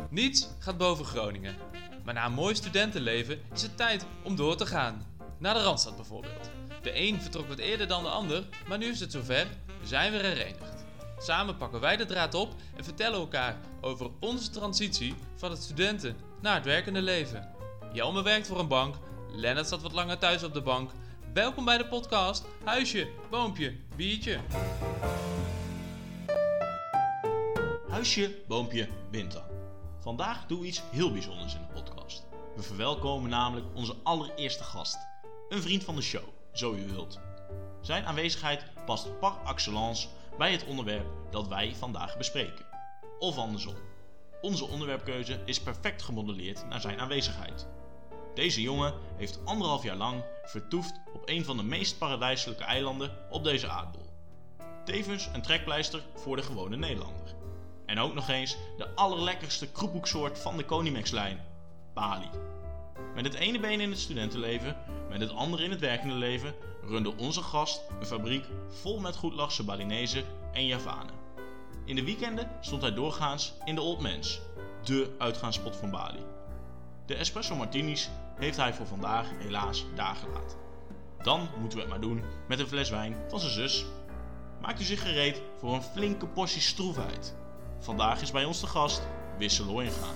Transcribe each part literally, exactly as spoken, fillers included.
Niets gaat boven Groningen. Maar na een mooi studentenleven is het tijd om door te gaan. Naar de Randstad bijvoorbeeld. De een vertrok wat eerder dan de ander, maar nu is het zover, we zijn weer herenigd. Samen pakken wij de draad op en vertellen elkaar over onze transitie van het studenten naar het werkende leven. Jelme werkt voor een bank, Lennart zat wat langer thuis op de bank. Welkom bij de podcast Huisje, Boompje, Biertje. Huisje, Boompje, Winter. Vandaag doen we iets heel bijzonders in de podcast. We verwelkomen namelijk onze allereerste gast. Een vriend van de show, zo u wilt. Zijn aanwezigheid past par excellence bij het onderwerp dat wij vandaag bespreken. Of andersom. Onze onderwerpkeuze is perfect gemodelleerd naar zijn aanwezigheid. Deze jongen heeft anderhalf jaar lang vertoefd op een van de meest paradijselijke eilanden op deze aardbol. Tevens een trekpleister voor de gewone Nederlander. En ook nog eens de allerlekkerste kroephoeksoort van de Konimax-lijn, Bali. Met het ene been in het studentenleven, met het andere in het werkende leven, runde onze gast een fabriek vol met goedlachse Balinezen en Javanen. In de weekenden stond hij doorgaans in de Old Mans, dé uitgaansspot van Bali. De espresso martinis heeft hij voor vandaag helaas daar gelaten. Dan moeten we het maar doen met een fles wijn van zijn zus. Maakt u zich gereed voor een flinke portie stroefheid. Vandaag is bij ons de gast Wisse Looyenga.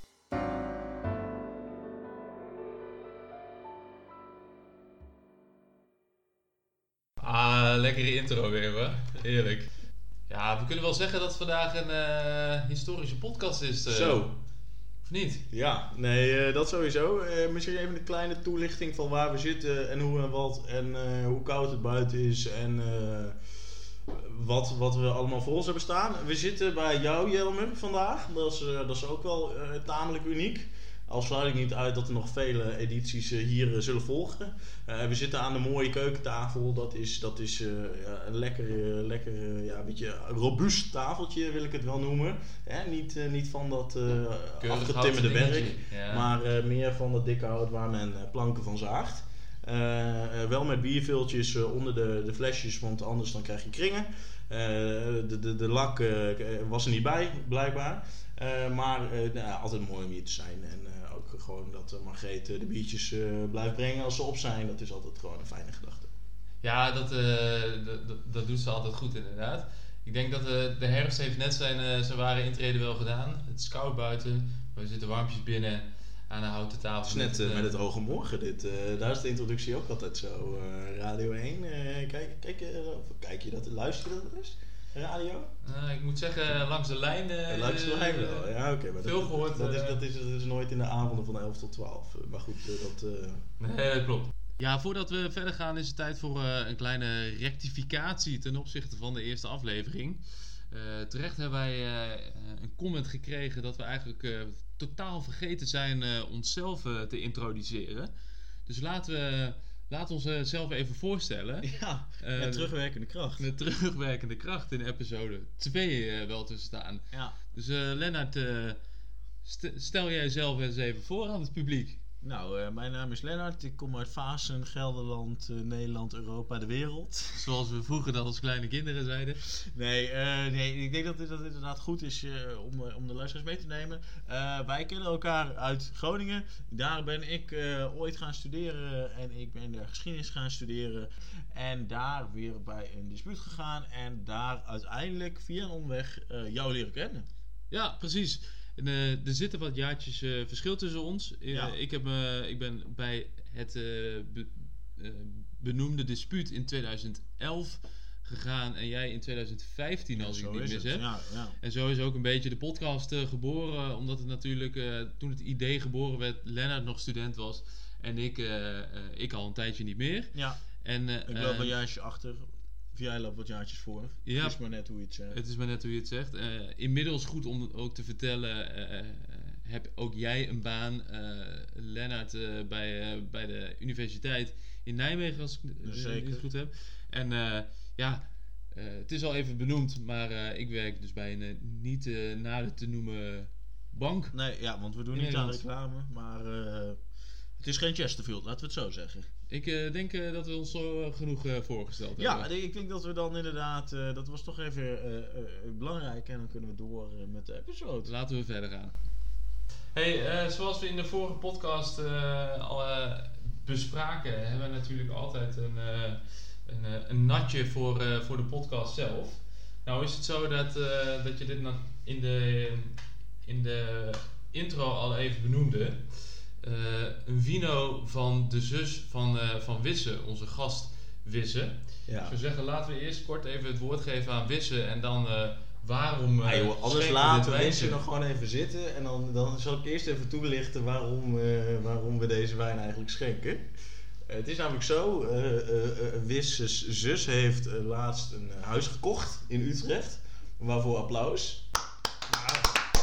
Ah, lekkere intro weer hoor. Heerlijk. Ja, we kunnen wel zeggen dat het vandaag een uh, historische podcast is. Uh, Zo. Of niet? Ja, nee, uh, dat sowieso. Uh, misschien even een kleine toelichting van waar we zitten en hoe en wat en uh, hoe koud het buiten is en uh, wat, wat we allemaal voor ons hebben staan. We zitten bij jou, Jelme, vandaag. Dat is, uh, dat is ook wel uh, tamelijk uniek. Al sluit ik niet uit dat er nog vele edities uh, hier uh, zullen volgen. Uh, we zitten aan de mooie keukentafel. Dat is, dat is uh, ja, een lekker, uh, lekker uh, ja, een beetje robuust tafeltje, wil ik het wel noemen. Hè? Niet, uh, niet van dat uh, afgetimmerde werk, ja. maar uh, meer van dat dikke hout waar men uh, planken van zaagt. Uh, uh, wel met bierviltjes uh, onder de, de flesjes, want anders dan krijg je kringen. Uh, de, de, de lak uh, was er niet bij, blijkbaar. Uh, maar uh, nou, altijd mooi om hier te zijn. En uh, ook gewoon dat uh, Margreet uh, de biertjes uh, blijft brengen als ze op zijn. Dat is altijd gewoon een fijne gedachte. Ja, dat, uh, dat, dat, dat doet ze altijd goed inderdaad. Ik denk dat uh, de herfst heeft net zijn, uh, zijn ware intrede wel gedaan. Het is koud buiten, we zitten warmpjes binnen aan de houten tafel. Het is net uh, met het oog morgen dit. Uh, daar is de introductie ook altijd zo. Uh, Radio één, uh, kijk, kijk, uh, kijk je dat, luister je dat eens? Radio? Uh, ik moet zeggen, langs de lijn. Uh, langs de lijn wel, ja, oké. Okay, veel dat, gehoord. Dat, uh, is, dat, is, dat is nooit in de avonden van elf tot twaalf. Maar goed, uh, dat... Uh... Nee, dat klopt. Ja, voordat we verder gaan is het tijd voor uh, een kleine rectificatie ten opzichte van de eerste aflevering. Uh, terecht hebben wij uh, een comment gekregen dat we eigenlijk uh, totaal vergeten zijn uh, onszelf uh, te introduceren. Dus laten we... Laat ons uh, zelf even voorstellen. Ja, uh, met terugwerkende kracht. Met terugwerkende kracht in episode twee uh, wel te staan. Ja. Dus uh, Lennart, uh, st- stel jij jezelf eens even voor aan het publiek. Nou, uh, mijn naam is Lennart. Ik kom uit Vaassen, Gelderland, uh, Nederland, Europa, de wereld. Zoals we vroeger dat als kleine kinderen zeiden. Nee, uh, nee ik denk dat het, dat het inderdaad goed is uh, om, uh, om de luisteraars mee te nemen. Uh, wij kennen elkaar uit Groningen. Daar ben ik uh, ooit gaan studeren en ik ben daar geschiedenis gaan studeren. En daar weer bij een dispuut gegaan en daar uiteindelijk via een omweg uh, jou leren kennen. Ja, precies. En, uh, er zitten wat jaartjes uh, verschil tussen ons. Uh, ja. ik, heb, uh, ik ben bij het uh, be, uh, benoemde dispuut in tweeduizend elf gegaan en jij in tweeduizend vijftien, als ja, ik het niet mis heb. Ja, ja. En zo is ook een beetje de podcast uh, geboren, omdat het natuurlijk, uh, toen het idee geboren werd, Lennart nog student was en ik, uh, uh, ik al een tijdje niet meer. Ja, en, uh, ik loop een jaartje achter. Jij loopt wat jaartjes voor. Ja, het is maar net hoe je het zegt. Het is maar net hoe je het zegt. Uh, inmiddels goed om ook te vertellen, uh, uh, heb ook jij een baan, uh, Lennart, uh, bij, uh, bij de universiteit in Nijmegen, als ik uh, het goed heb. En uh, ja, uh, het is al even benoemd, maar uh, ik werk dus bij een uh, niet uh, nader te noemen bank. Nee, ja, want we doen niet aan reclame, maar uh, het is geen Chesterfield, laten we het zo zeggen. Ik uh, denk uh, dat we ons zo uh, genoeg uh, voorgesteld ja, hebben. Ja, ik denk dat we dan inderdaad, uh, dat was toch even uh, uh, belangrijk en dan kunnen we door uh, met de episode. Laten we verder gaan. Hey, uh, zoals we in de vorige podcast uh, al uh, bespraken, hebben we natuurlijk altijd een, uh, een, uh, een natje voor, uh, voor de podcast zelf. Nou is het zo dat, uh, dat je dit in de, in de intro al even benoemde. Uh, een vino van de zus van, uh, van Wisse, onze gast Wisse. Ja. Ik zou zeggen, laten we eerst kort even het woord geven aan Wisse en dan uh, waarom... Uh, ah, joh, anders laten we Wisse nog gewoon even zitten en dan, dan zal ik eerst even toelichten waarom, uh, waarom we deze wijn eigenlijk schenken. Uh, het is namelijk zo, uh, uh, uh, Wisse's zus heeft uh, laatst een uh, huis gekocht in Utrecht. Waarvoor applaus. Ja.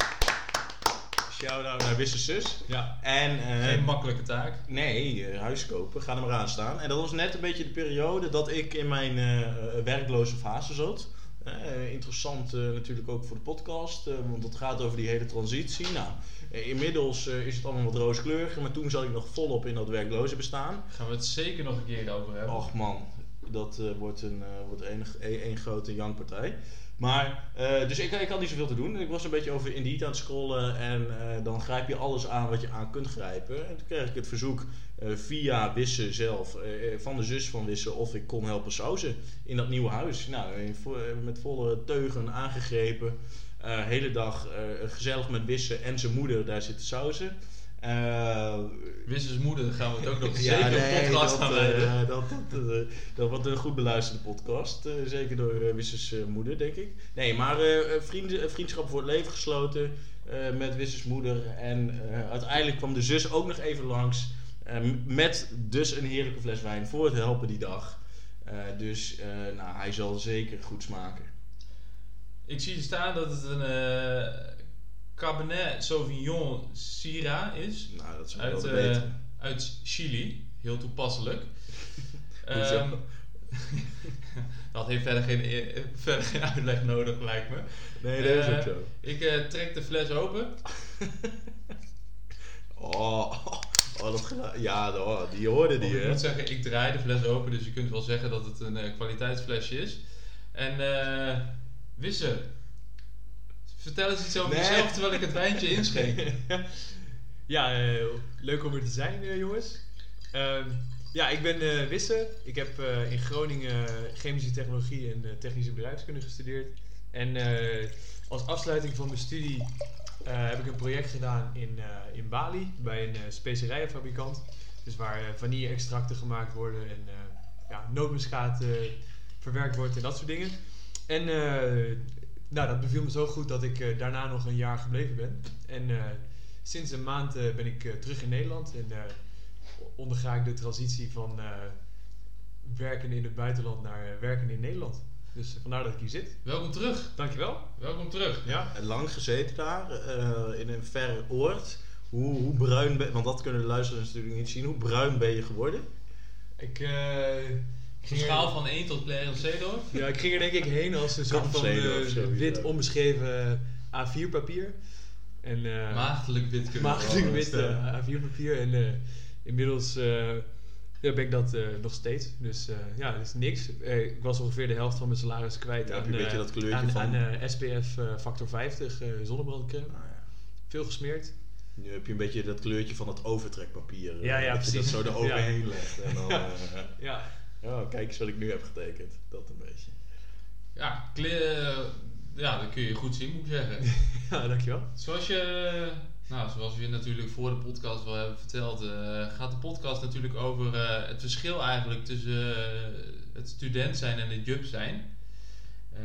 Shout-out naar Wisse's zus. Ja. En, uh, Geen makkelijke taak. Nee, uh, huis kopen, ga er maar aan staan. En dat was net een beetje de periode dat ik in mijn uh, werkloze fase zat. Uh, interessant uh, natuurlijk ook voor de podcast, uh, want het gaat over die hele transitie. Nou, uh, inmiddels uh, is het allemaal wat rooskleuriger, maar toen zat ik nog volop in dat werkloze bestaan. Gaan we het zeker nog een keer over hebben. Och man, dat uh, wordt een, uh, wordt een, een, een grote jankpartij. Maar, uh, dus ik, ik had niet zoveel te doen. Ik was een beetje over Indeed aan het scrollen en uh, dan grijp je alles aan wat je aan kunt grijpen. En toen kreeg ik het verzoek uh, via Wisse zelf, uh, van de zus van Wisse, of ik kon helpen sauzen in dat nieuwe huis. Nou, met volle teugen aangegrepen. Uh, hele dag uh, gezellig met Wisse en zijn moeder daar zitten sauzen. Uh, Wisse's moeder, daar gaan we het ook nog ja, zeker nee, een podcast dat, aan uh, wijden. dat, dat, uh, dat wordt een goed beluisterde podcast. Uh, zeker door uh, Wisse's uh, moeder, denk ik. Nee, maar uh, vrienden, vriendschap voor het leven gesloten uh, met Wisse's moeder. En uh, uiteindelijk kwam de zus ook nog even langs. Uh, met dus een heerlijke fles wijn voor het helpen die dag. Uh, dus uh, nou, hij zal zeker goed smaken. Ik zie er staan dat het een... Uh, Cabernet Sauvignon Syrah is. Nou, dat is uit, wel uh, uit Chili. Heel toepasselijk. um, dat heeft verder geen, verder geen uitleg nodig, lijkt me. Nee, dat uh, is ook zo. Ik uh, trek de fles open. oh, oh, dat ja, oh, die hoorde die. Ik hè? moet zeggen, ik draai de fles open, dus je kunt wel zeggen dat het een uh, kwaliteitsflesje is. En uh, Wisse, vertel eens iets over nee. jezelf terwijl ik het wijntje inschenk. Ja, uh, leuk om er te zijn, uh, jongens. Uh, ja, ik ben uh, Wisse. Ik heb uh, in Groningen chemische technologie en uh, technische bedrijfskunde gestudeerd. En uh, als afsluiting van mijn studie uh, heb ik een project gedaan in, uh, in Bali bij een uh, specerijenfabrikant. Dus waar uh, vanille-extracten gemaakt worden en uh, ja, nootmuskaat uh, verwerkt wordt en dat soort dingen. En uh, nou, dat beviel me zo goed dat ik uh, daarna nog een jaar gebleven ben. En uh, sinds een maand uh, ben ik uh, terug in Nederland en uh, onderga ik de transitie van uh, werken in het buitenland naar uh, werken in Nederland. Dus vandaar dat ik hier zit. Welkom terug. Dankjewel. Welkom terug. Ja. Lang gezeten daar, uh, in een ver oord. Hoe, hoe bruin ben, want dat kunnen de luisteraars natuurlijk niet zien. Hoe bruin ben je geworden? Ik... Uh, Op een schaal van één tot Clarence Seedorf? Ja, ik ging er denk ik heen als een soort van uh, wit onbeschreven A vier papier. En, uh, maagdelijk wit kunnen Maagdelijk wit uh, A vier papier. En uh, inmiddels uh, ja, ben ik dat uh, nog steeds. Dus uh, ja, dat is niks. Uh, ik was ongeveer de helft van mijn salaris kwijt ja, aan, een beetje uh, dat kleurtje aan, van... aan uh, S P F uh, factor vijftig uh, zonnebrandcrème. Ah, ja. Veel gesmeerd. Nu heb je een beetje dat kleurtje van het overtrekpapier. Ja, ja, dat precies. je dat zo eroverheen ja. legt. En dan, ja. Uh, ja. Ja, kijk eens wat ik nu heb getekend. Dat een beetje. Ja, kle- ja, dat kun je goed zien, moet ik zeggen. Ja, dankjewel. Zoals je, nou, zoals we natuurlijk voor de podcast wel hebben verteld, uh, gaat de podcast natuurlijk over uh, het verschil eigenlijk tussen uh, het student zijn en het jup zijn. Uh,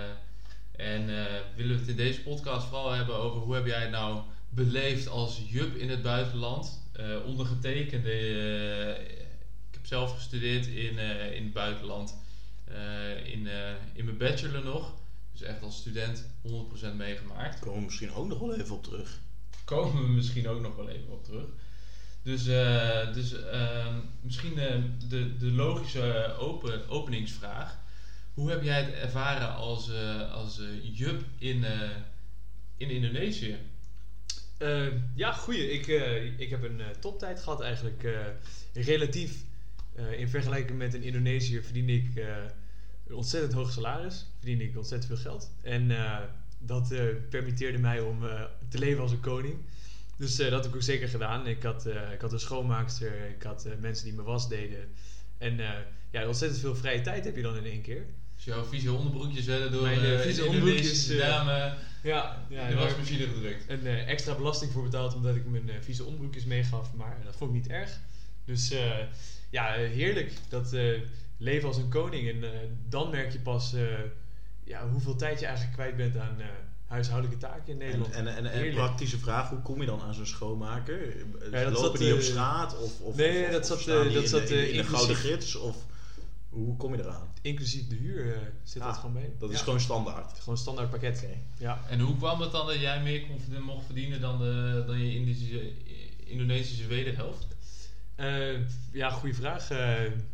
en uh, willen we het in deze podcast vooral hebben over hoe heb jij het nou beleefd als jup in het buitenland. Uh, ondergetekende... Uh, Ik heb zelf gestudeerd in, uh, in het buitenland, uh, in, uh, in mijn bachelor nog. Dus echt als student honderd procent meegemaakt. Daar komen we misschien ook nog wel even op terug. Komen we misschien ook nog wel even op terug. Dus, uh, dus uh, misschien uh, de, de logische open, openingsvraag. Hoe heb jij het ervaren als, uh, als uh, jup in, uh, in Indonesië? Uh, ja, goeie. Ik, uh, ik heb een uh, toptijd gehad eigenlijk. Uh, relatief uh, in vergelijking met een Indonesiër verdiende ik uh, een ontzettend hoog salaris. Verdiende ik ontzettend veel geld. En uh, dat uh, permitteerde mij om uh, te leven als een koning. Dus uh, dat heb ik ook zeker gedaan. Ik had, uh, ik had een schoonmaakster, ik had uh, mensen die me was deden. En uh, ja, ontzettend veel vrije tijd heb je dan in één keer. Dus jouw vieze onderbroekjes werden door Mijn, uh, uh, vieze een onderbroekjes, Indonesische uh, dame Ja, ja in de wasmachine gedrukt. een uh, extra belasting voor betaald omdat ik mijn uh, vieze onderbroekjes meegaf. Maar uh, dat vond ik niet erg. Dus uh, ja, uh, heerlijk. Dat uh, leven als een koning. En uh, dan merk je pas uh, ja, hoeveel tijd je eigenlijk kwijt bent aan uh, huishoudelijke taken in Nederland. En, en, en, en praktische vraag, hoe kom je dan aan zo'n schoonmaker? Ja, dat Lopen zat, die uh, op straat? Of, of, nee, of, dat of zat, staan uh, die dat in, zat de, in, uh, in de inclusief, gouden gids? Of hoe kom je eraan? inclusief de huur uh, zit Ah, dat gewoon mee. Dat is Ja. gewoon standaard. Gewoon standaard pakket. Oké. Ja. En hoe kwam het dan dat jij meer kon verdienen, mocht verdienen dan, de, dan je Indische, Indonesische wederhelft? Uh, ja, goede vraag. Uh,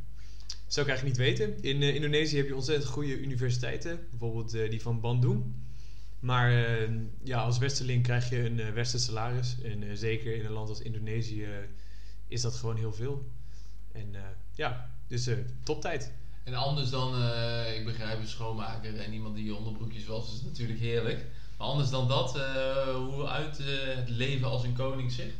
zou ik eigenlijk niet weten. In uh, Indonesië heb je ontzettend goede universiteiten. Bijvoorbeeld uh, die van Bandung. Maar uh, ja, als westerling krijg je een uh, westers salaris. En uh, zeker in een land als Indonesië uh, is dat gewoon heel veel. En uh, ja, dus uh, toptijd. En anders dan, uh, ik begrijp een schoonmaker en iemand die je onderbroekjes was, is natuurlijk heerlijk. Maar anders dan dat, uh, hoe uit uh, het leven als een koning zich?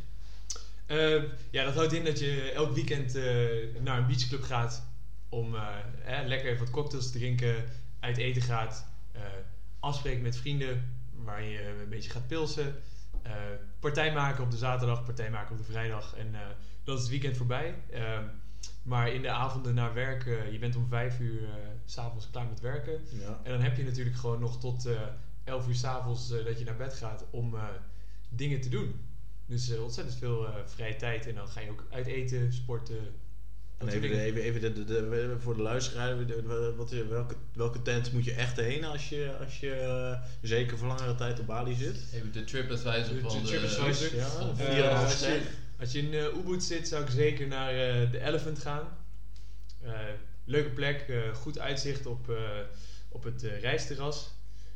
Uh, ja, dat houdt in dat je elk weekend uh, naar een beachclub gaat om uh, eh, lekker even wat cocktails te drinken, uit eten gaat, uh, afspreekt met vrienden waar je een beetje gaat pilsen, uh, partij maken op de zaterdag, partij maken op de vrijdag en uh, dan is het weekend voorbij. Uh, maar in de avonden na werk, uh, je bent om vijf uur uh, 's avonds klaar met werken Ja. en dan heb je natuurlijk gewoon nog tot uh, elf uur 's avonds uh, dat je naar bed gaat om uh, dingen te doen. Dus uh, ontzettend veel uh, vrije tijd en dan ga je ook uit eten, sporten. En dat soort even, dingen. even, even de, de, de, voor de luisteraar, de- de- wat, welke, welke tent moet je echt heen als je, als je uh, zeker voor langere tijd op Bali zit? Even de TripAdvisor De- van de de... TripAdvisor. Ja, van vier Uh, en een half als, ster. je, als je in uh, Ubud zit, zou ik zeker naar uh, de Elephant gaan. Uh, leuke plek, uh, goed uitzicht op, uh, op het uh, reisterras.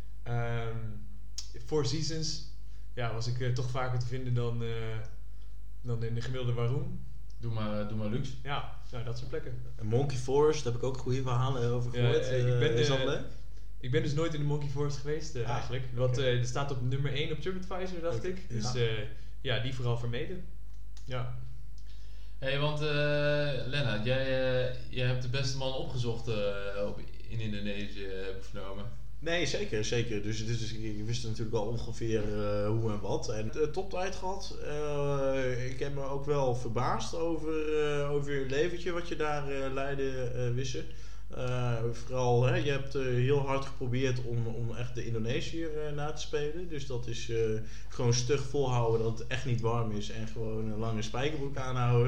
Um, Four Seasons, ja, was ik uh, toch vaker te vinden dan, uh, dan in de gemiddelde Waroen. Doe maar, doe maar luxe. Ja, nou, dat soort plekken. En Monkey Forest, daar heb ik ook goede verhalen over Ja, gehoord. eh, ik Uh, ben, is dat eh, leuk? Ik ben dus nooit in de Monkey Forest geweest uh, Ah, eigenlijk. Wat oké. uh, er staat op nummer één op TripAdvisor, dacht Oké, ik. Dus ja. uh, ja, die vooral vermeden. Ja. Hé, hey, want uh, Lennart, jij, uh, jij hebt de beste man opgezocht uh, op, in Indonesië, heb ik vernomen. Nee, zeker, zeker. Dus, dus ik wist natuurlijk al ongeveer uh, hoe en wat. En uh, toptijd gehad. Uh, ik heb me ook wel verbaasd over, uh, over je leventje wat je daar uh, leidde, uh, Wisse. Uh, vooral, hè, je hebt uh, heel hard geprobeerd om, om echt de Indonesiër uh, na te spelen. Dus dat is uh, gewoon stug volhouden dat het echt niet warm is. En gewoon een lange spijkerbroek aanhouden.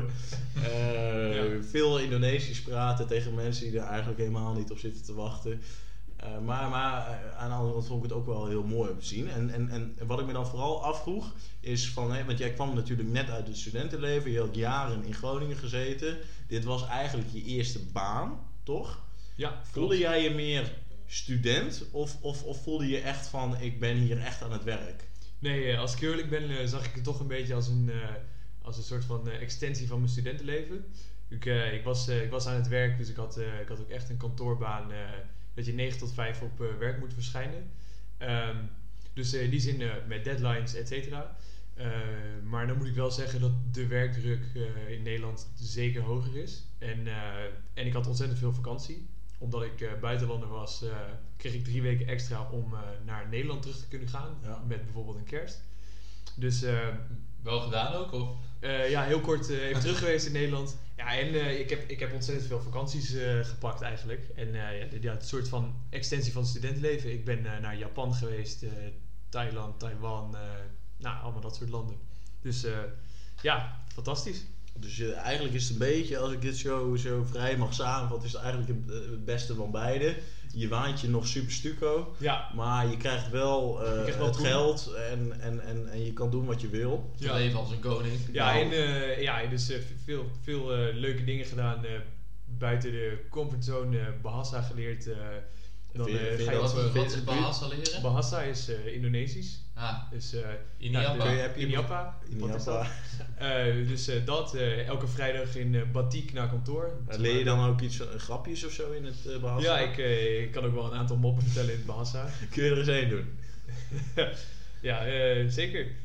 Uh, Ja. Veel Indonesisch praten tegen mensen die er eigenlijk helemaal niet op zitten te wachten. Uh, maar maar uh, aan de andere kant vond ik het ook wel heel mooi om te zien. En, en, en wat ik me dan vooral afvroeg is van... Hè, want jij kwam natuurlijk net uit het studentenleven. Je had jaren in Groningen gezeten. Dit was eigenlijk je eerste baan, toch? Ja, Voelde jij je meer student? Of, of, of voelde je echt van... ik ben hier echt aan het werk? Nee, uh, als ik eerlijk ben, uh, zag ik het toch een beetje als een, uh, als een soort van uh, extensie van mijn studentenleven. Ik, uh, ik, was, uh, ik was aan het werk, dus ik had, uh, ik had ook echt een kantoorbaan... Uh, dat je negen tot vijf op uh, werk moet verschijnen. Um, dus uh, in die zin uh, met deadlines, et cetera. Uh, maar dan moet ik wel zeggen dat de werkdruk uh, in Nederland zeker hoger is. En, uh, en ik had ontzettend veel vakantie. Omdat ik uh, buitenlander was, uh, kreeg ik drie weken extra om uh, naar Nederland terug te kunnen gaan. Ja. Met bijvoorbeeld een kerst. Dus uh, Wel gedaan ook, of? uh, ja, heel kort uh, even terug geweest in Nederland. Ja, en uh, ik, heb, ik heb ontzettend veel vakanties uh, gepakt eigenlijk. En uh, ja, ja, het soort van extensie van het studentenleven. Ik ben uh, naar Japan geweest, uh, Thailand, Taiwan, uh, nou, allemaal dat soort landen. Dus uh, ja, fantastisch. Dus uh, eigenlijk is het een beetje, als ik dit zo, zo vrij mag samenvatten... is het eigenlijk het, het beste van beide. Je waant je nog super stuco, Ja, maar je krijgt wel, uh, Je krijgt wel het doen. geld en, en, en, en je kan doen wat je wil. Te Ja. leven als een koning. ja, Nou. en uh, ja, dus uh, veel, veel uh, leuke dingen gedaan. Uh, buiten de comfortzone, uh, Bahasa geleerd. Uh, dan Vind je- uh, vind je ga je dat Wat, op, wel- wat is Bahasa leren? Bahasa is uh, Indonesisch. Ah, Dus, uh, Iniapa. nou, de- Kun je- heb je- Iniapa. Wat is dat? Iniapa. Uh, dus uh, dat, uh, elke vrijdag in uh, batik naar kantoor. Leer je dan ook iets, uh, grapjes of zo in het uh, Bahasa? Ja, ik, uh, ik kan ook wel een aantal moppen vertellen in het Bahasa. Kun je er eens één doen? Ja, uh, zeker.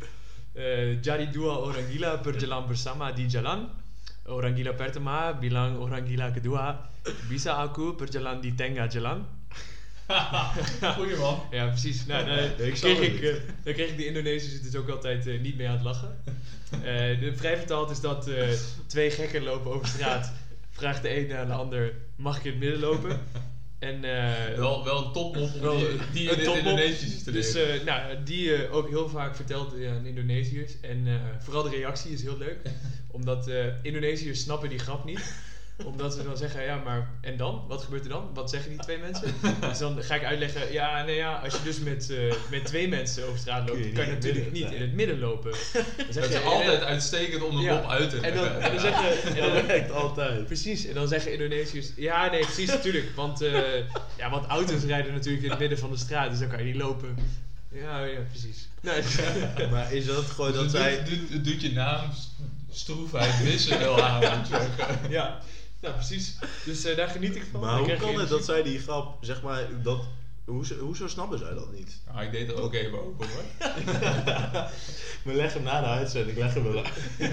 Uh, Jadi dua orang gila berjalan bersama di jalan. Orang gila pertama bilang orang gila kedua, bisa aku berjalan di tengah jalan? Goeie man. Ja, precies. Nou, nou, ik dan, snap kreeg het ik, uh, dan kreeg ik de Indonesiërs dus ook altijd uh, niet mee aan het lachen. Uh, de, vrij vertaald is dat uh, twee gekken lopen over straat. Vraagt de ene aan de ander, mag ik in het midden lopen? En, uh, wel, wel een topmop om wel, die, die in een het topmop. Indonesisch te Dus leren. uh, nou, die uh, ook heel vaak vertelt uh, aan Indonesiërs. En uh, vooral de reactie is heel leuk. Omdat uh, Indonesiërs snappen die grap niet. Omdat ze dan zeggen, ja maar en dan? Wat gebeurt er dan? Wat zeggen die twee mensen? Dus dan ga ik uitleggen, ja nee ja, als je dus met, uh, met twee mensen over straat loopt, Kun je kan je niet natuurlijk in het niet midden, in het midden lopen. Dan zeg Dat je, is altijd uitstekend om de ja, mop uit te en dan, leggen. en dan zeggen, en dan, Dat werkt altijd. precies, en dan zeggen Indonesiërs, ja nee precies natuurlijk, want, uh, ja, want auto's rijden natuurlijk in het midden van de straat, dus dan kan je niet lopen. Ja, ja precies. Nee, Maar is dat gewoon dat Dus het zij... doet, doet, het doet je naam stroefheid wissen wel aan, moet je zeggen. ja, nou precies. Dus uh, daar geniet ik van. Maar Dan hoe krijg je kan het energie. dat zij die grap, zeg maar, dat... Hoezo, hoezo snappen zij dat niet? Nou, ik deed er ook even over hoor. We leggen hem na de uitzending, leggen we wel.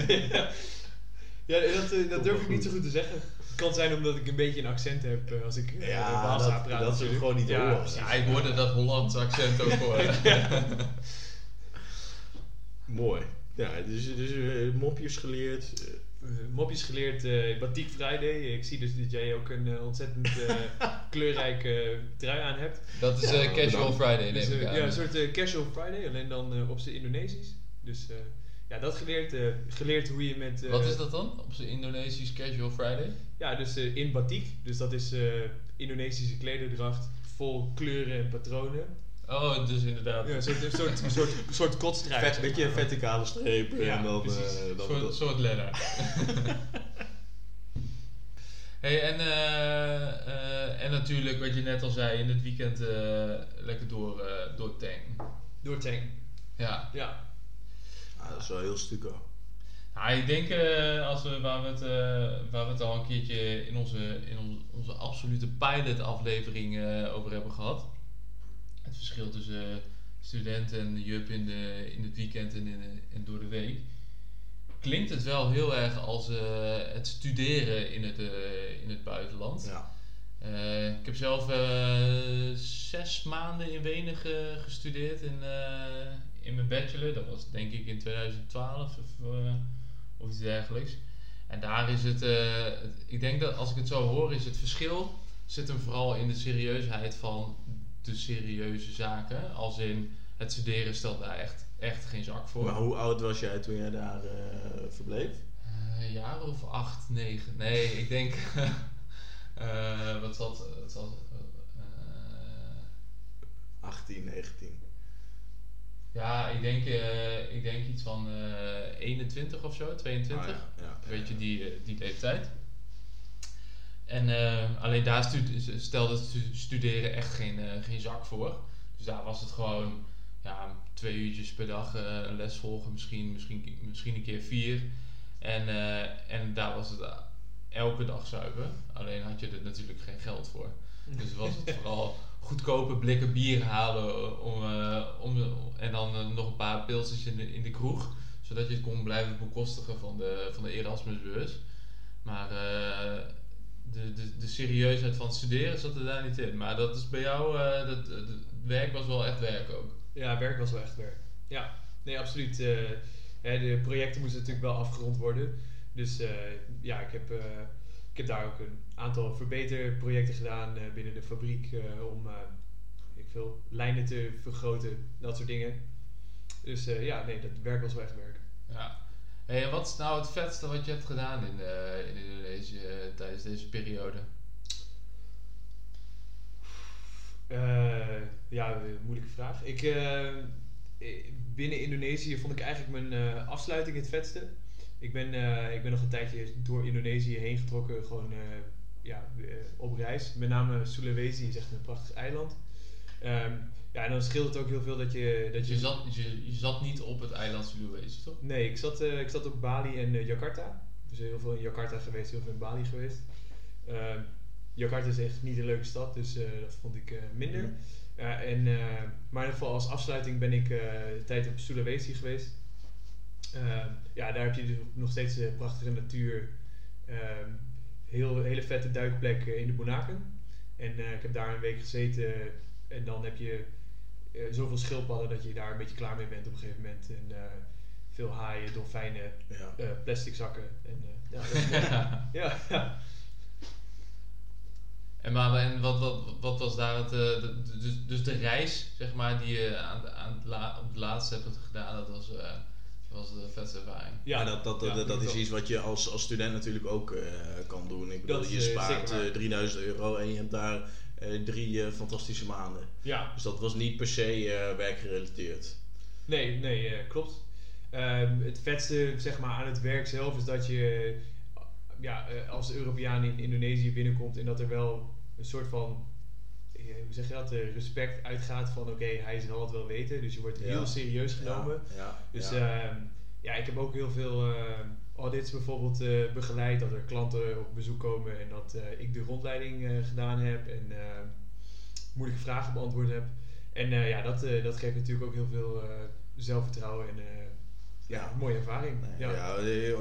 Ja, dat, uh, dat Komt durf wel ik niet goed. zo goed te zeggen. Het kan zijn omdat ik een beetje een accent heb uh, als ik uh, Ja, Waalse dat- praat. dat ze natuurlijk. gewoon niet ja, horen. precies. Ja, ik hoorde dat Hollandse accent ook horen. Mooi. Ja, dus, dus uh, mopjes geleerd. Uh, Uh, mopjes geleerd, uh, Batik Friday. Ik zie dus dat jij ook een uh, ontzettend uh, kleurrijke uh, trui aan hebt. Dat is Ja, uh, Casual bedankt. Friday, Dus, neem ik uh, aan. ja, een soort uh, casual Friday, alleen dan uh, op zijn Indonesisch. Dus uh, ja, dat geleerd. Uh, geleerd hoe je met... Uh, Wat is dat dan? Op zijn Indonesisch Casual Friday? Ja, dus uh, in batik. Dus dat is uh, Indonesische klederdracht vol kleuren en patronen. Oh, dus inderdaad. Ja, een soort, een soort, een soort, een soort kotstrui. vet, zeg beetje een maar. verticale streep. Ja, en dan, precies. uh, Een dan, soort, dan- soort letter. Hey, en, uh, uh, en natuurlijk, wat je net al zei, in het weekend uh, lekker door, uh, door Tang. Door Tang. Ja. Ja. Ah, dat is wel heel stuco. Nou, ik denk, uh, als we, waar, we het, uh, waar we het al een keertje in onze, in onze, onze absolute pilot aflevering uh, over hebben gehad. Het verschil tussen uh, student en jup in, de, in het weekend en, in, en door de week. Klinkt het wel heel erg als uh, het studeren in het, uh, in het buitenland. Ja. Uh, ik heb zelf uh, zes maanden in Wenen ge- gestudeerd in, uh, in mijn bachelor. Dat was denk ik in tweeduizend twaalf of, uh, of iets dergelijks. En daar is het, uh, het, ik denk dat als ik het zo hoor, is het verschil zit hem vooral in de serieusheid van de serieuze zaken. Als in het studeren stelt daar echt, echt geen zak voor. Maar hoe oud was jij toen jij daar uh, verbleef? Uh, een jaar of acht, negen. Nee, ik denk. uh, wat zat. Wat zat uh, achttien, negentien. ja, ik denk, uh, ik denk iets van uh, eenentwintig of zo, tweeëntwintig. Ah, ja, ja, Weet je, ja. die, uh, die leeftijd. En uh, alleen daar stu- stelde stu- studeren echt geen, uh, geen zak voor. Dus daar was het gewoon ja, twee uurtjes per dag uh, een les volgen, misschien, misschien, misschien een keer vier. En, uh, en daar was het uh, elke dag zuipen. Alleen had je er natuurlijk geen geld voor. Dus was het vooral goedkope blikken bier halen om, uh, om, en dan uh, nog een paar pilsjes in de, in de kroeg. Zodat je het kon blijven bekostigen van de, van de Erasmusbeurs. Maar uh, de, de, de serieusheid van het studeren zat er daar niet in. Maar dat is bij jou, uh, dat, het werk was wel echt werk ook. Ja, werk was wel echt werk. Ja, nee, absoluut. Uh, hè, de projecten moesten natuurlijk wel afgerond worden. Dus uh, ja, ik heb, uh, ik heb daar ook een aantal verbeterprojecten gedaan uh, binnen de fabriek uh, om uh, ik veel, lijnen te vergroten, dat soort dingen. Dus uh, ja, nee, dat werk was wel echt werk. Ja. Hey, en wat is nou het vetste wat je hebt gedaan in, uh, in Indonesië uh, tijdens deze periode? Uh, ja, uh, moeilijke vraag. Ik, uh, binnen Indonesië vond ik eigenlijk mijn uh, afsluiting het vetste. Ik ben, uh, ik ben nog een tijdje door Indonesië heen getrokken, gewoon uh, ja, uh, op reis. Met name Sulawesi is echt een prachtig eiland. Um, ja, en dan scheelt het ook heel veel dat je... Dat Je zat, je, je zat niet op het eiland Sulawesi, toch? Nee, ik zat, uh, ik zat op Bali en uh, Jakarta. Dus heel veel in Jakarta geweest, heel veel in Bali geweest. Uh, Jakarta is echt niet een leuke stad, dus uh, dat vond ik uh, minder. Mm. Uh, en, uh, maar in ieder geval als afsluiting ben ik uh, een tijd op Sulawesi geweest. Uh, ja, daar heb je dus nog steeds uh, prachtige natuur. Uh, heel, hele vette duikplek in de Bonaken. En uh, ik heb daar een week gezeten en dan heb je uh, zoveel schildpadden dat je daar een beetje klaar mee bent op een gegeven moment. En uh, veel haaien, dolfijnen, ja. uh, plastic zakken. En, uh, ja, dat is ja. ja, ja. En, maar, en wat, wat, wat was daar het, uh, de, dus, dus de reis, zeg maar, die je aan, aan het la, op het laatste hebt gedaan, dat was, uh, was de vetste ervaring. Ja, dat, dat, dat, ja, dat, dat is iets wat je als, als student natuurlijk ook uh, kan doen. Ik bedoel, je spaart uh, drieduizend euro en je hebt daar uh, drie uh, fantastische maanden. Ja. Dus dat was niet per se uh, werkgerelateerd. Nee, nee, uh, klopt. Uh, het vetste, zeg maar, aan het werk zelf is dat je ja, als Europeaan in Indonesië binnenkomt en dat er wel een soort van, hoe zeg je dat, respect uitgaat van oké, okay, hij zal het wel weten. Dus je wordt heel ja. serieus genomen. Ja, ja, dus ja. Uh, ja, ik heb ook heel veel uh, audits bijvoorbeeld uh, begeleid, dat er klanten op bezoek komen en dat uh, ik de rondleiding uh, gedaan heb en uh, moeilijke vragen beantwoord heb. En uh, ja, dat, uh, dat geeft natuurlijk ook heel veel uh, zelfvertrouwen en uh, ja, mooie ervaring. Nee, ja,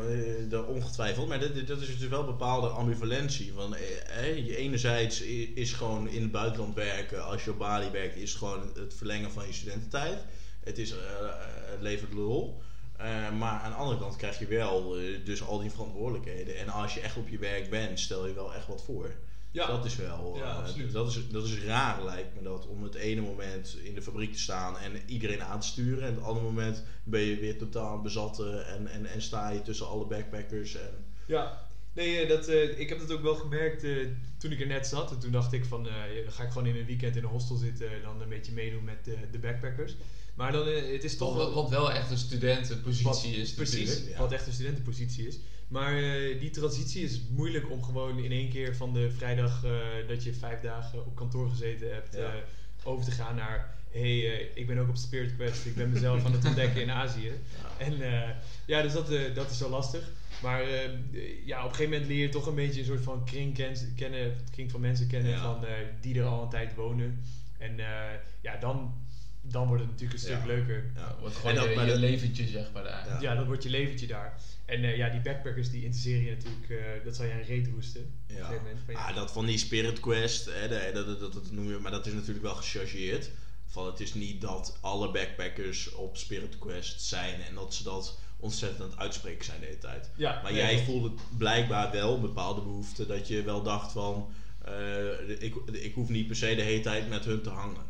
ja ongetwijfeld. Maar dat, dat is dus wel een bepaalde ambivalentie. Van, eh, je enerzijds is gewoon in het buitenland werken, als je op Bali werkt, is gewoon het verlengen van je studententijd. Het is uh, het levert lol. Uh, maar aan de andere kant krijg je wel uh, dus al die verantwoordelijkheden. En als je echt op je werk bent, stel je wel echt wat voor. Ja. Dat is wel, ja, uh, dat, is, dat is raar lijkt me dat, om het ene moment in de fabriek te staan en iedereen aan te sturen. En het andere moment ben je weer totaal bezatten en, en, en sta je tussen alle backpackers. En... Ja, nee, dat, uh, ik heb dat ook wel gemerkt uh, toen ik er net zat. En toen dacht ik van, uh, dan ga ik gewoon in een weekend in een hostel zitten en dan een beetje meedoen met uh, de backpackers. Maar dan, uh, het is toch wel... Wat wel echt een studentenpositie wat, is precies, natuurlijk. Ja. Wat echt een studentenpositie is. Maar uh, die transitie is moeilijk om gewoon in één keer van de vrijdag uh, dat je vijf dagen op kantoor gezeten hebt, ja. uh, over te gaan naar hé, hey, uh, ik ben ook op Spirit Quest, ik ben mezelf aan het ontdekken in Azië. Ja. En uh, ja, dus dat, uh, dat is zo lastig. Maar uh, ja, op een gegeven moment leer je toch een beetje een soort van kring ken, kennen, kring van mensen kennen ja. van, uh, die er al een tijd wonen. En uh, ja, dan... dan wordt het natuurlijk een stuk ja. leuker. Ja, wordt gewoon en je, je de... leventje, zeg maar, daar. Ja, ja dat wordt je leventje daar. En uh, ja, die backpackers die interesseren je natuurlijk, uh, dat zal jij een reet roesten. Ja. Op een gegeven moment. Van, ja. Ah, dat van die Spirit Quest, hè, de, dat, dat, dat, dat noem je, maar dat is natuurlijk wel gechargeerd. Van, het is niet dat alle backpackers op Spirit Quest zijn en dat ze dat ontzettend aan het uitspreken zijn de hele tijd. Ja, maar nee, jij dat... voelde blijkbaar wel een bepaalde behoefte dat je wel dacht van, uh, ik, ik hoef niet per se de hele tijd met hun te hangen.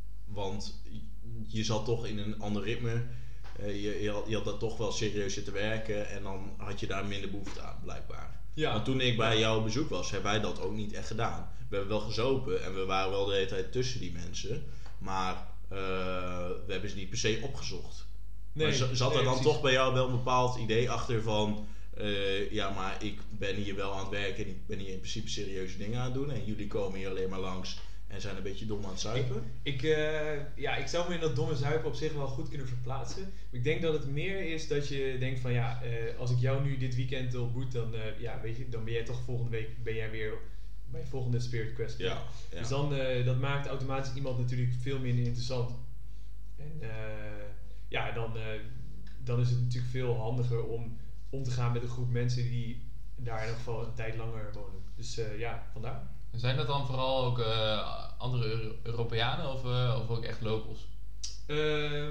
Want je zat toch in een ander ritme. Uh, je, je, had, je had daar toch wel serieus zitten werken en dan had je daar minder behoefte aan, blijkbaar. Ja. Want toen ik bij jou op bezoek was, hebben wij dat ook niet echt gedaan. We hebben wel gezopen en we waren wel de hele tijd tussen die mensen, maar uh, we hebben ze niet per se opgezocht. Nee, maar z- zat nee, er dan precies. toch bij jou wel een bepaald idee achter van, uh, ja, maar ik ben hier wel aan het werken en ik ben hier in principe serieuze dingen aan het doen en jullie komen hier alleen maar langs en zijn een beetje dom aan het zuipen? Ik, ik, uh, ja, ik zou me in dat domme zuipen op zich wel goed kunnen verplaatsen. Maar ik denk dat het meer is dat je denkt van ja, uh, als ik jou nu dit weekend ontmoet, dan, uh, ja, weet je, dan ben jij toch volgende week ben jij weer bij volgende Spirit Quest. Ja, ja. Dus dan, uh, dat maakt automatisch iemand natuurlijk veel minder interessant. En uh, ja, dan, uh, dan is het natuurlijk veel handiger om om te gaan met een groep mensen die daar in ieder geval een tijd langer wonen. Dus uh, ja, vandaar. Zijn dat dan vooral ook uh, andere Euro- Europeanen of, uh, of ook echt locals? Uh,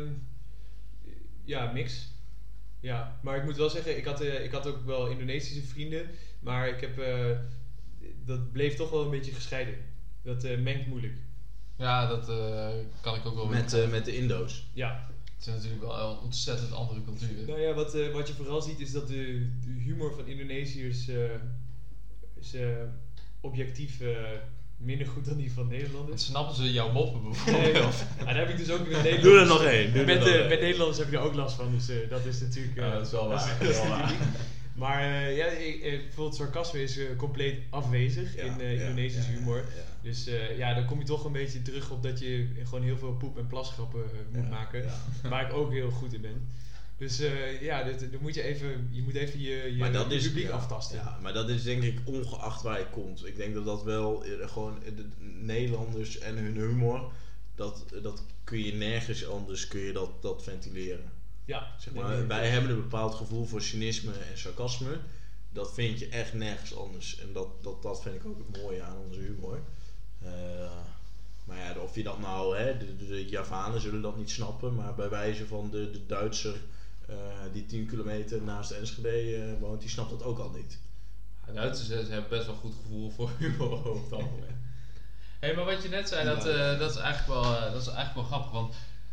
ja, mix. Ja, maar ik moet wel zeggen, ik had, uh, ik had ook wel Indonesische vrienden, maar ik heb, uh, dat bleef toch wel een beetje gescheiden. Dat uh, mengt moeilijk. Ja, dat uh, kan ik ook wel met, uh, met de Indo's. Ja. Het zijn natuurlijk wel ontzettend andere culturen. Nou ja, wat, uh, wat je vooral ziet is dat de, de humor van Indonesiërs uh, is uh, objectief uh, minder goed dan die van Nederlanders. En snappen ze jouw moppen bijvoorbeeld? Nee, ja, daar heb ik dus ook met Nederlanders. Doe er nog één. Doe Met, er nog uh, één. met Nederlanders heb ik er ook last van, dus uh, dat is natuurlijk... Uh, ja, dat is wel waar. Dat is, dat is wel waar. Maar uh, ja, ik, uh, bijvoorbeeld sarcasme is uh, compleet afwezig Ja, in uh, ja, Indonesisch ja, humor. ja, ja. Dus uh, ja, dan kom je toch een beetje terug op dat je gewoon heel veel poep- en plasgrappen uh, moet Ja, maken. ja. Waar ik ook heel goed in ben. Dus uh, ja, dit, dan moet je even, je moet even je, je, Maar dat je is, publiek ja, aftasten. Ja, maar dat is denk ik ongeacht waar je komt. Ik denk dat dat wel uh, gewoon de Nederlanders en hun humor, dat, dat kun je nergens anders kun je dat, dat ventileren. Ja, Zeg nee, maar, nee, wij nee. hebben een bepaald gevoel voor cynisme en sarcasme. Dat vind je echt nergens anders. En dat, dat, dat vind ik ook het mooie aan onze humor. Uh, maar ja, of je dat nou, hè, de, de, de Javanen zullen dat niet snappen. Maar bij wijze van de, de Duitser uh, die tien kilometer naast Enschede uh, woont, die snapt dat ook al niet. Ja, Duitsers hebben best wel goed gevoel voor humor op dat moment. Hé, maar wat je net zei, dat, uh, dat, is eigenlijk wel, uh, dat is eigenlijk wel grappig. Want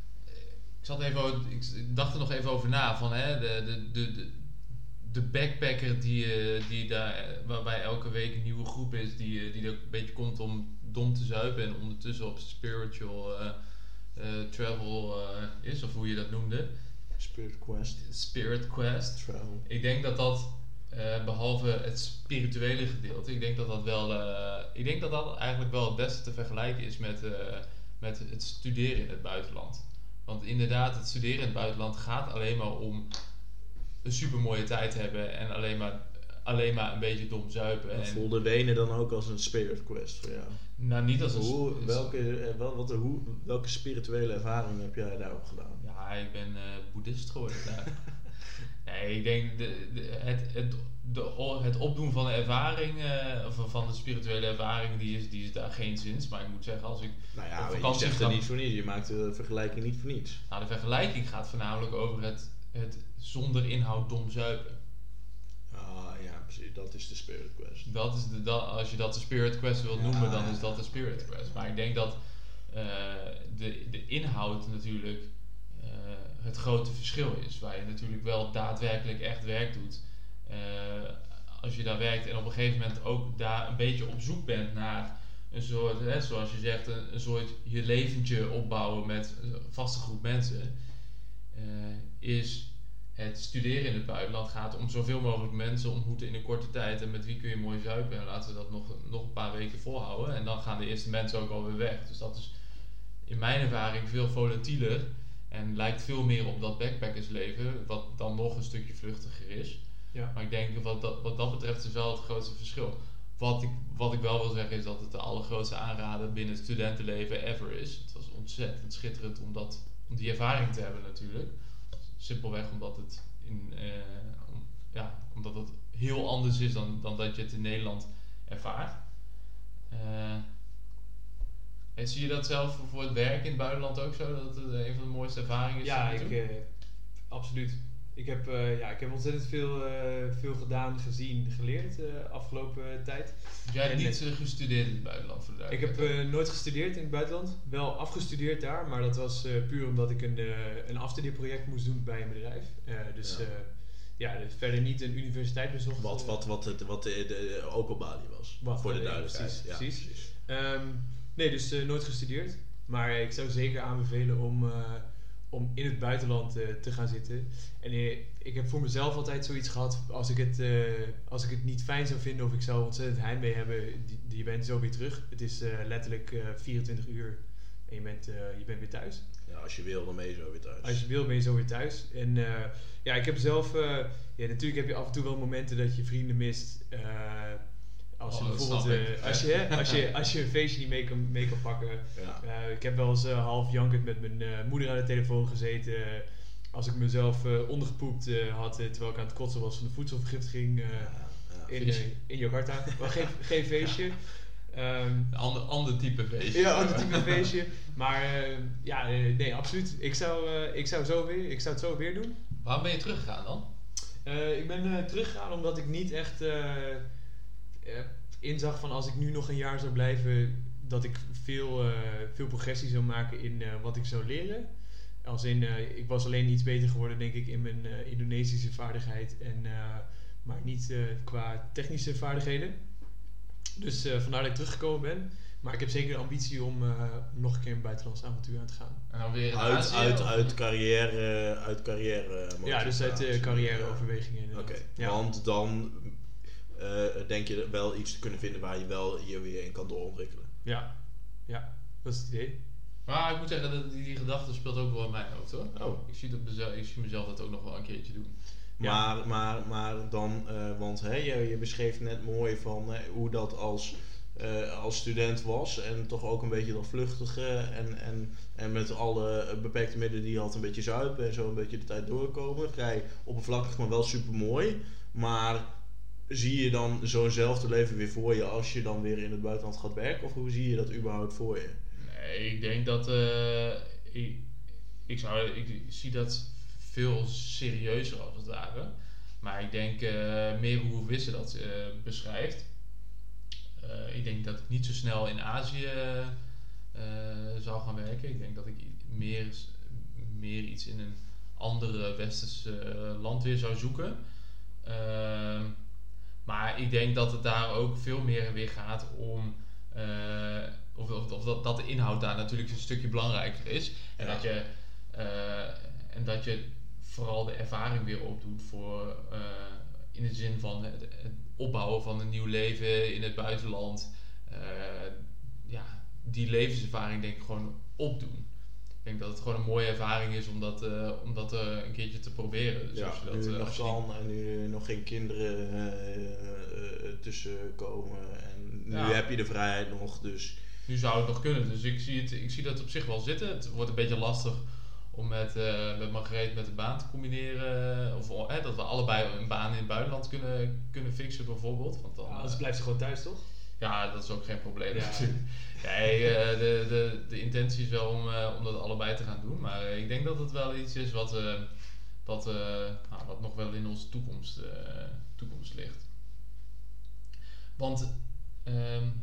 ik, zat even over, ik dacht er nog even over na. Van, hè, de, de, de, de, de backpacker die, uh, die daar, waarbij elke week een nieuwe groep is. Die, uh, die er een beetje komt om dom te zuipen. En ondertussen op spiritual uh, uh, travel uh, is. Of hoe je dat noemde. Spirit Quest. Spirit Quest. Travel. Ik denk dat dat... Uh, behalve het spirituele gedeelte, ik denk dat dat wel, uh, ik denk dat dat eigenlijk wel het beste te vergelijken is met, uh, met het studeren in het buitenland. Want inderdaad, het studeren in het buitenland gaat alleen maar om een super mooie tijd hebben en alleen maar, alleen maar een beetje dom zuipen. En en voelde Wenen dan ook als een Spirit Quest voor jou? Nou, niet als een... Hoe, welke, wel, wat, hoe, welke spirituele ervaring heb jij daarop gedaan? Ja, ik ben uh, boeddhist geworden daar. Nee, ik denk de, de, het, het, de, het opdoen van de ervaring, uh, of van de spirituele ervaring, die is, die is daar geen zins. Maar ik moet zeggen, als ik Nou ja, op je vakantie zegt er ga... niet voor niets. Je maakt de vergelijking niet voor niets. Nou, de vergelijking gaat voornamelijk over het, het zonder inhoud dom zuipen. Ah ja, precies. Dat is de Spirit Quest. Dat is de, dat, als je dat de Spirit Quest wilt Ja, noemen, dan ja. is dat de Spirit Quest. Maar ik denk dat uh, de, de inhoud natuurlijk uh, het grote verschil is. Waar je natuurlijk wel daadwerkelijk echt werk doet. Uh, als je daar werkt en op een gegeven moment ook daar een beetje op zoek bent naar een soort, hè, zoals je zegt, een, een soort je leventje opbouwen met een vaste groep mensen, uh, is het studeren in het buitenland gaat om zoveel mogelijk mensen ontmoeten in een korte tijd en met wie kun je mooi zuipen en laten we dat nog, nog een paar weken volhouden en dan gaan de eerste mensen ook alweer weg. Dus dat is in mijn ervaring veel volatieler en lijkt veel meer op dat backpackersleven, wat dan nog een stukje vluchtiger is. Ja. Maar ik denk wat dat, wat dat betreft is wel het grootste verschil. Wat ik, wat ik wel wil zeggen is dat het de allergrootste aanrader binnen het studentenleven ever is. Het was ontzettend schitterend om, dat, om die ervaring te hebben natuurlijk. Simpelweg omdat het, in, uh, om, ja, omdat het heel anders is dan, dan dat je het in Nederland ervaart. Uh, en zie je dat zelf voor het werk in het buitenland ook zo? Dat het een van de mooiste ervaringen is? Ja, ik, uh, absoluut. Ik heb, uh, ja, ik heb ontzettend veel, uh, veel gedaan, gezien, geleerd de uh, afgelopen uh, tijd. Jij hebt en, niet uh, gestudeerd in het buitenland voor de Ik heb uh, nooit gestudeerd in het buitenland. Wel afgestudeerd daar, maar dat was uh, puur omdat ik een, uh, een afstudeerproject moest doen bij een bedrijf. Uh, dus ja, uh, ja dus verder niet een universiteit bezocht. Wat, wat, wat, het, wat de, de, de, ook op Bali was, Wat, voor de nee, duidelijkheid. Precies, ja, precies. precies. Um, nee, dus uh, nooit gestudeerd. Maar ik zou zeker aanbevelen om... Uh, om in het buitenland uh, te gaan zitten. En uh, ik heb voor mezelf altijd zoiets gehad, als ik het, uh, als ik het niet fijn zou vinden of ik zou ontzettend heimwee hebben, die, je bent zo weer terug. Het is uh, letterlijk uh, vierentwintig uur en je bent, uh, je bent weer thuis. Ja, als je wil, dan ben je zo weer thuis. Als je wil, ben je zo weer thuis. En uh, ja, ik heb zelf... Uh, ja, natuurlijk heb je af en toe wel momenten dat je vrienden mist. Uh, Als je oh, bijvoorbeeld uh, als je, hè, als, je, als je een feestje niet mee kan, mee kan pakken. Ja. Uh, ik heb wel eens uh, half jankend met mijn uh, moeder aan de telefoon gezeten. Uh, als ik mezelf uh, ondergepoept uh, had uh, terwijl ik aan het kotsen was van de voedselvergiftiging uh, Ja, ja. in, uh, in Jakarta. Maar geen, geen feestje. Um, Een ander, ander type feestje. Ja, ander type feestje. Maar uh, ja, uh, nee, absoluut. Ik zou, uh, ik, zou zo weer, ik zou het zo weer doen. Waarom ben je teruggegaan dan? Uh, ik ben uh, teruggegaan omdat ik niet echt... Uh, Uh, inzag van als ik nu nog een jaar zou blijven, dat ik veel, uh, veel progressie zou maken in uh, wat ik zou leren. Als in, uh, ik was alleen iets beter geworden denk ik in mijn uh, Indonesische vaardigheid, en, uh, maar niet uh, qua technische vaardigheden. Dus uh, vandaar dat ik teruggekomen ben. Maar ik heb zeker de ambitie om uh, nog een keer een buitenlands avontuur aan te gaan. En dan weer in Uit, Azië, uit, of- uit carrière, uit carrière Ja, dus uit uh, carrièreoverwegingen. Oké, inderdaad. okay. Ja. Want dan uh, denk je wel iets te kunnen vinden waar je wel je weer in kan doorontwikkelen. Ja, ja, dat is het idee. Maar ik moet zeggen, dat die, die gedachte speelt ook wel in mijn hoofd hoor. Oh. Ik zie, dat mezelf, ik zie mezelf dat ook nog wel een keertje doen. Ja. Maar, maar, maar dan, uh, want hè, je, je beschreef net mooi van uh, hoe dat als uh, als student was en toch ook een beetje dat vluchtige en, en, en met alle beperkte middelen die je had een beetje zuipen en zo een beetje de tijd doorkomen. Vrij oppervlakkig, maar wel super mooi. Maar zie je dan zo'nzelfde leven weer voor je als je dan weer in het buitenland gaat werken? Of hoe zie je dat überhaupt voor je? Nee, ik denk dat... Uh, ik, ik, zou, ik zie dat veel serieuzer als het ware. Maar ik denk uh, meer hoe Wisse dat uh, beschrijft. Uh, ik denk dat ik niet zo snel in Azië uh, zou gaan werken. Ik denk dat ik meer, meer iets in een andere westerse uh, land weer zou zoeken. Uh, maar ik denk dat het daar ook veel meer weer gaat om... Uh, of of, of dat, dat de inhoud daar natuurlijk een stukje belangrijker is. En, ja. dat, je, uh, en dat je vooral de ervaring weer opdoet voor... Uh, in de zin van het, het opbouwen van een nieuw leven in het buitenland. Uh, ja, die levenservaring denk ik gewoon opdoen. Ik denk dat het gewoon een mooie ervaring is om dat, uh, om dat uh, een keertje te proberen. Dus ja, als je dat, nu uh, nog als je kan en nu nog geen kinderen uh, uh, tussenkomen. En nu ja. heb je de vrijheid nog, dus... Nu zou het nog kunnen, dus ik zie, het, ik zie dat op zich wel zitten. Het wordt een beetje lastig om met, uh, met Margreet met de baan te combineren. Of uh, dat we allebei een baan in het buitenland kunnen, kunnen fixen bijvoorbeeld. Want dan, ja, anders uh, blijft ze gewoon thuis, toch? Ja, dat is ook geen probleem Ja. natuurlijk. Nee, uh, de, de, de intentie is wel om, uh, om dat allebei te gaan doen. Maar uh, ik denk dat het wel iets is wat, uh, wat, uh, nou, wat nog wel in onze toekomst, uh, toekomst ligt. Want... Um,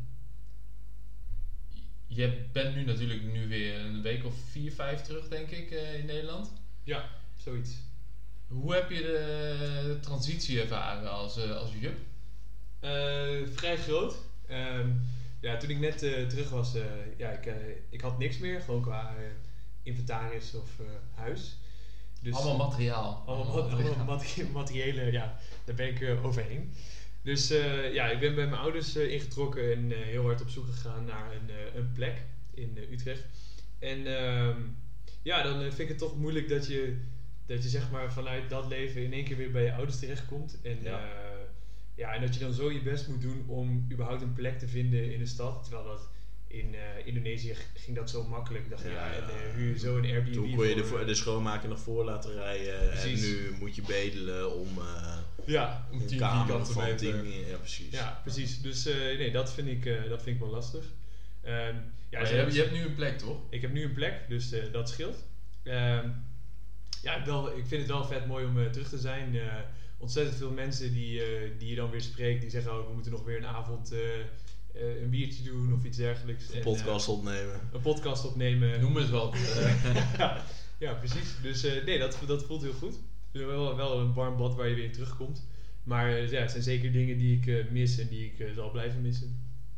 je bent nu natuurlijk nu weer een week of vier, vijf terug, denk ik, uh, in Nederland. Ja, zoiets. Hoe heb je de transitie ervaren als, uh, als Jup? Uh, vrij groot. Um, ja, toen ik net uh, terug was, uh, ja, ik, uh, ik had niks meer, gewoon qua uh, inventaris of uh, huis. Dus, allemaal materiaal. Allemaal, allemaal, allemaal materi- materiële, ja, daar ben ik uh, overheen. Dus uh, ja, ik ben bij mijn ouders uh, ingetrokken en uh, heel hard op zoek gegaan naar een, uh, een plek in uh, Utrecht. En uh, ja, dan uh, vind ik het toch moeilijk dat je, dat je zeg maar vanuit dat leven in één keer weer bij je ouders terechtkomt. En, ja. Uh, ja, en dat je dan zo je best moet doen om überhaupt een plek te vinden in de stad. Terwijl dat in uh, Indonesië ging dat zo makkelijk. Dacht je, ja, ja, en, uh, huur je zo een Airbnb. Toen kon je de, voor, de schoonmaker nog voor laten rijden. Precies. En nu moet je bedelen om... Uh, Ja, om tien vierkante meter. Ja, precies. Ja, precies. Dus uh, nee, dat vind ik, uh, dat vind ik wel lastig. Um, ja, maar je, hebt, je hebt nu een plek, toch? Ik heb nu een plek, dus uh, dat scheelt. Um, ja, wel, ik vind het wel vet mooi om uh, terug te zijn. Uh, ontzettend veel mensen die, uh, die je dan weer spreekt, die zeggen, oh, we moeten nog weer een avond uh, uh, een biertje doen of iets dergelijks. Een podcast en, uh, opnemen. Een podcast opnemen. Noem eens wat. ja, ja, precies. Dus uh, nee, dat, dat voelt heel goed. Wel, wel een warm bad waar je weer terugkomt. Maar uh, ja, het zijn zeker dingen die ik uh, mis en die ik uh, zal blijven missen.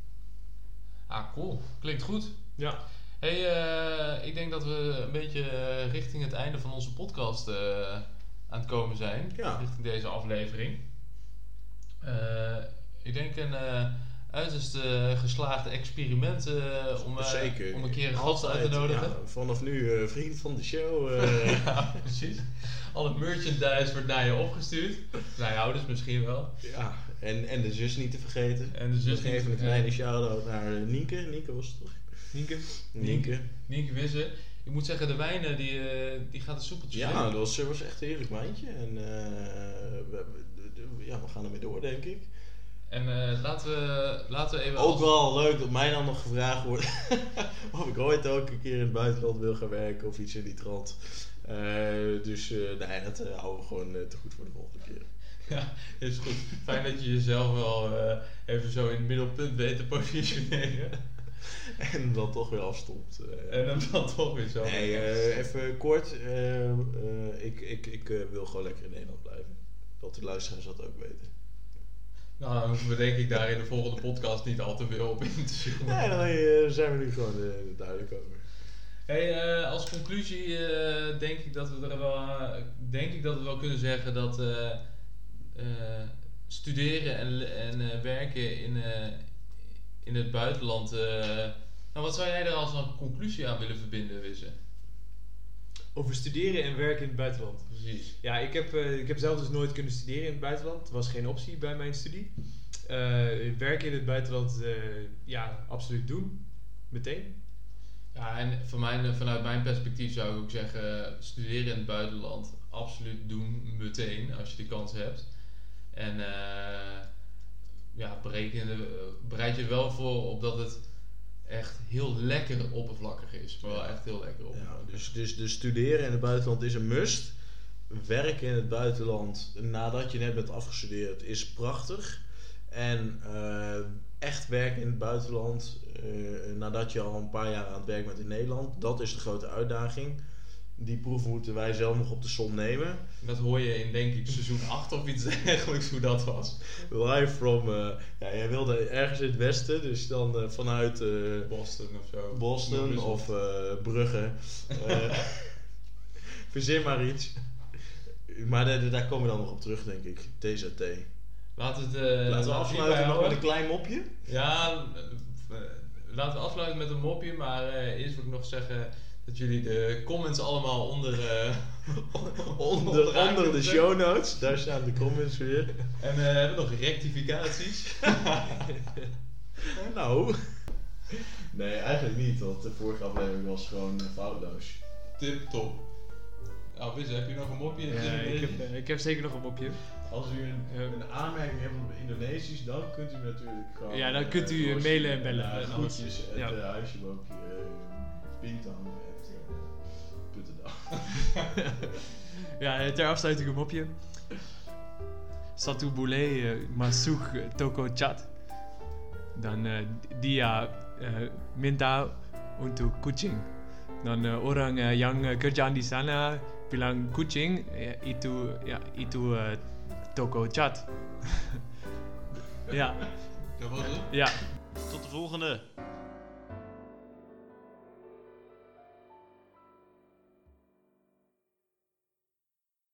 Ah, cool. Klinkt goed. Ja. Hey, uh, ik denk dat we een beetje uh, richting het einde van onze podcast uh, aan het komen zijn. Ja. Richting deze aflevering. Uh, ik denk een uh, uiterst uh, geslaagd experiment uh, om, uh, om een keer een gast uit te nodigen. Ja, vanaf nu uh, vriend van de show. Uh. Ja, precies. Al het merchandise wordt naar je opgestuurd. Naar je ouders misschien wel. Ja, en, en de zus niet te vergeten. En de zus nog even een kleine shout-out naar uh, Nienke. Nienke was het toch? Nienke? Nienke. Nienke Wisse. Ik moet zeggen, de wijnen die, uh, die gaat een soepeltje. Ja, dat was, was echt een heerlijk wijntje. En uh, we, we, ja, we gaan ermee door, denk ik. En uh, laten, we, laten we even... Ook als... wel leuk dat mij dan nog gevraagd wordt of ik ooit ook een keer in het buitenland wil gaan werken of iets in die trant. Uh, dus uh, nee, dat uh, houden we gewoon uh, te goed voor de volgende keer. Ja, is goed. Fijn dat je jezelf wel uh, even zo in het middelpunt weet te positioneren. En dan toch weer afstopt. Uh, en dan, dan toch weer zo. Nee, uh, even kort. Uh, uh, ik ik, ik uh, wil gewoon lekker in Nederland blijven. Dat de luisteraars dat ook weten. Nou, dan hoeven we denk ik daar in de volgende podcast niet al te veel op in te zoomen. Nee, dan uh, zijn we nu gewoon uh, duidelijk over. Hey, uh, als conclusie uh, denk ik dat we er wel, uh, denk ik dat we wel kunnen zeggen dat uh, uh, studeren en, en uh, werken in, uh, in het buitenland. Uh, nou, wat zou jij er als een conclusie aan willen verbinden, Wisse? Over studeren en werken in het buitenland. Precies. Ja, ik heb, uh, ik heb zelf dus nooit kunnen studeren in het buitenland. Het was geen optie bij mijn studie. Uh, werken in het buitenland, uh, ja, absoluut doen. Meteen. Ja, en van mijn, vanuit mijn perspectief zou ik ook zeggen, studeren in het buitenland, absoluut doen meteen, als je die kans hebt. En uh, ja, bereken, bereid je wel voor op dat het echt heel lekker oppervlakkig is. Maar wel echt heel lekker oppervlakkig. Ja, dus, dus, dus studeren in het buitenland is een must. Werken in het buitenland nadat je net bent afgestudeerd is prachtig. En uh, echt werken in het buitenland uh, nadat je al een paar jaar aan het werk bent in Nederland, dat is de grote uitdaging. Die proef moeten wij zelf nog op de som nemen. Dat hoor je in, denk ik, seizoen acht of iets dergelijks, hoe dat was. Live from... Uh, ja, jij wilde ergens in het westen, dus dan uh, vanuit... Uh, Boston of zo. Boston of uh, Brugge. Uh, verzin maar iets. Maar de, de, daar komen we dan nog op terug, denk ik. T Z T. Laten we het... Uh, laten we afsluiten nog met een klein mopje. Ja, uh, laten we afsluiten met een mopje, maar uh, eerst wil ik nog zeggen... Dat jullie de comments allemaal onder, uh, onder, onder de show notes. Daar staan de comments weer. En we uh, hebben nog rectificaties. Nou. Nee, eigenlijk niet. Want de vorige aflevering was gewoon foutloos. Tip top. Nou, Wisse, heb je nog een mopje? Ja, ik, heb, uh, ik heb zeker nog een mopje. Als u een, een aanmerking hebt op Indonesisch, dan kunt u natuurlijk gewoon... Ja, dan kunt u uh, mailen en bellen. Ja, groetjes. Het ja. uh, huisjeboompje. Uh, Pintang. Ja, ter afsluiting een mopje. Satu bule uh, masuk toko cat. Dan uh, dia uh, minta untuk kucing. Dan uh, orang uh, yang uh, kerjaan di sana bilang kucing uh, itu ja, itu uh, toko cat. Ja. Dat was het? Ja. Tot de volgende.